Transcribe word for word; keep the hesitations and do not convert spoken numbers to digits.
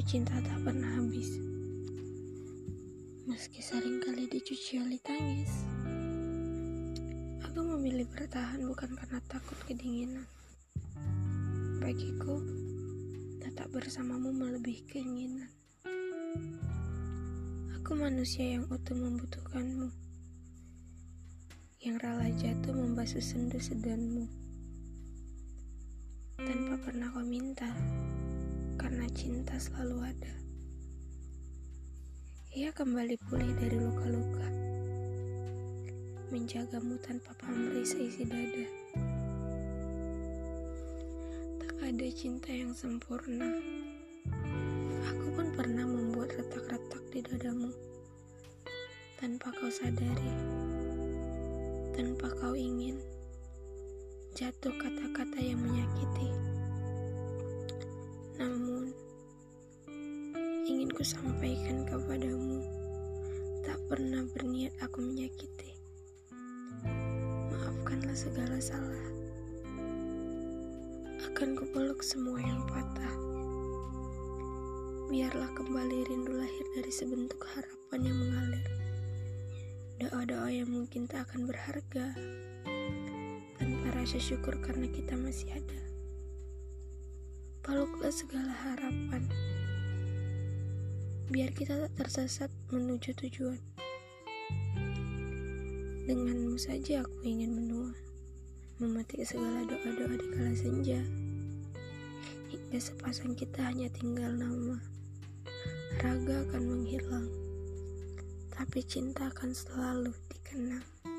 cinta tak pernah habis, meski seringkali dicuci oleh tangis. Aku memilih bertahan bukan karena takut kedinginan. Bagiku, tetap bersamamu melebihi keinginan. Aku manusia yang utuh membutuhkanmu, yang rela jatuh membasuh sendu sedanmu. Tanpa pernah kau minta, karena cinta selalu ada. Ia kembali pulih dari luka-luka, menjagamu tanpa pamrih seisi dada. Tak ada cinta yang sempurna. Aku pun pernah membuat retak-retak di dadamu, tanpa kau sadari, tanpa kau ingin. Jatuh kata-kata yang menyakiti. Namun, ingin ku sampaikan kepadamu, tak pernah berniat aku menyakiti. Maafkanlah segala salah. Akan kupeluk semua yang patah. Biarlah kembali rindu lahir dari sebentuk harapan yang mengalir. Doa-doa yang mungkin tak akan berharga, tanpa rasa syukur karena kita masih ada. Peluklah segala harapan, biar kita tak tersesat menuju tujuan. Denganmu saja aku ingin menua, memetik segala doa-doa di kala senja, hingga sepasang kita hanya tinggal nama. Raga akan menghilang, tapi cinta akan selalu dikenang.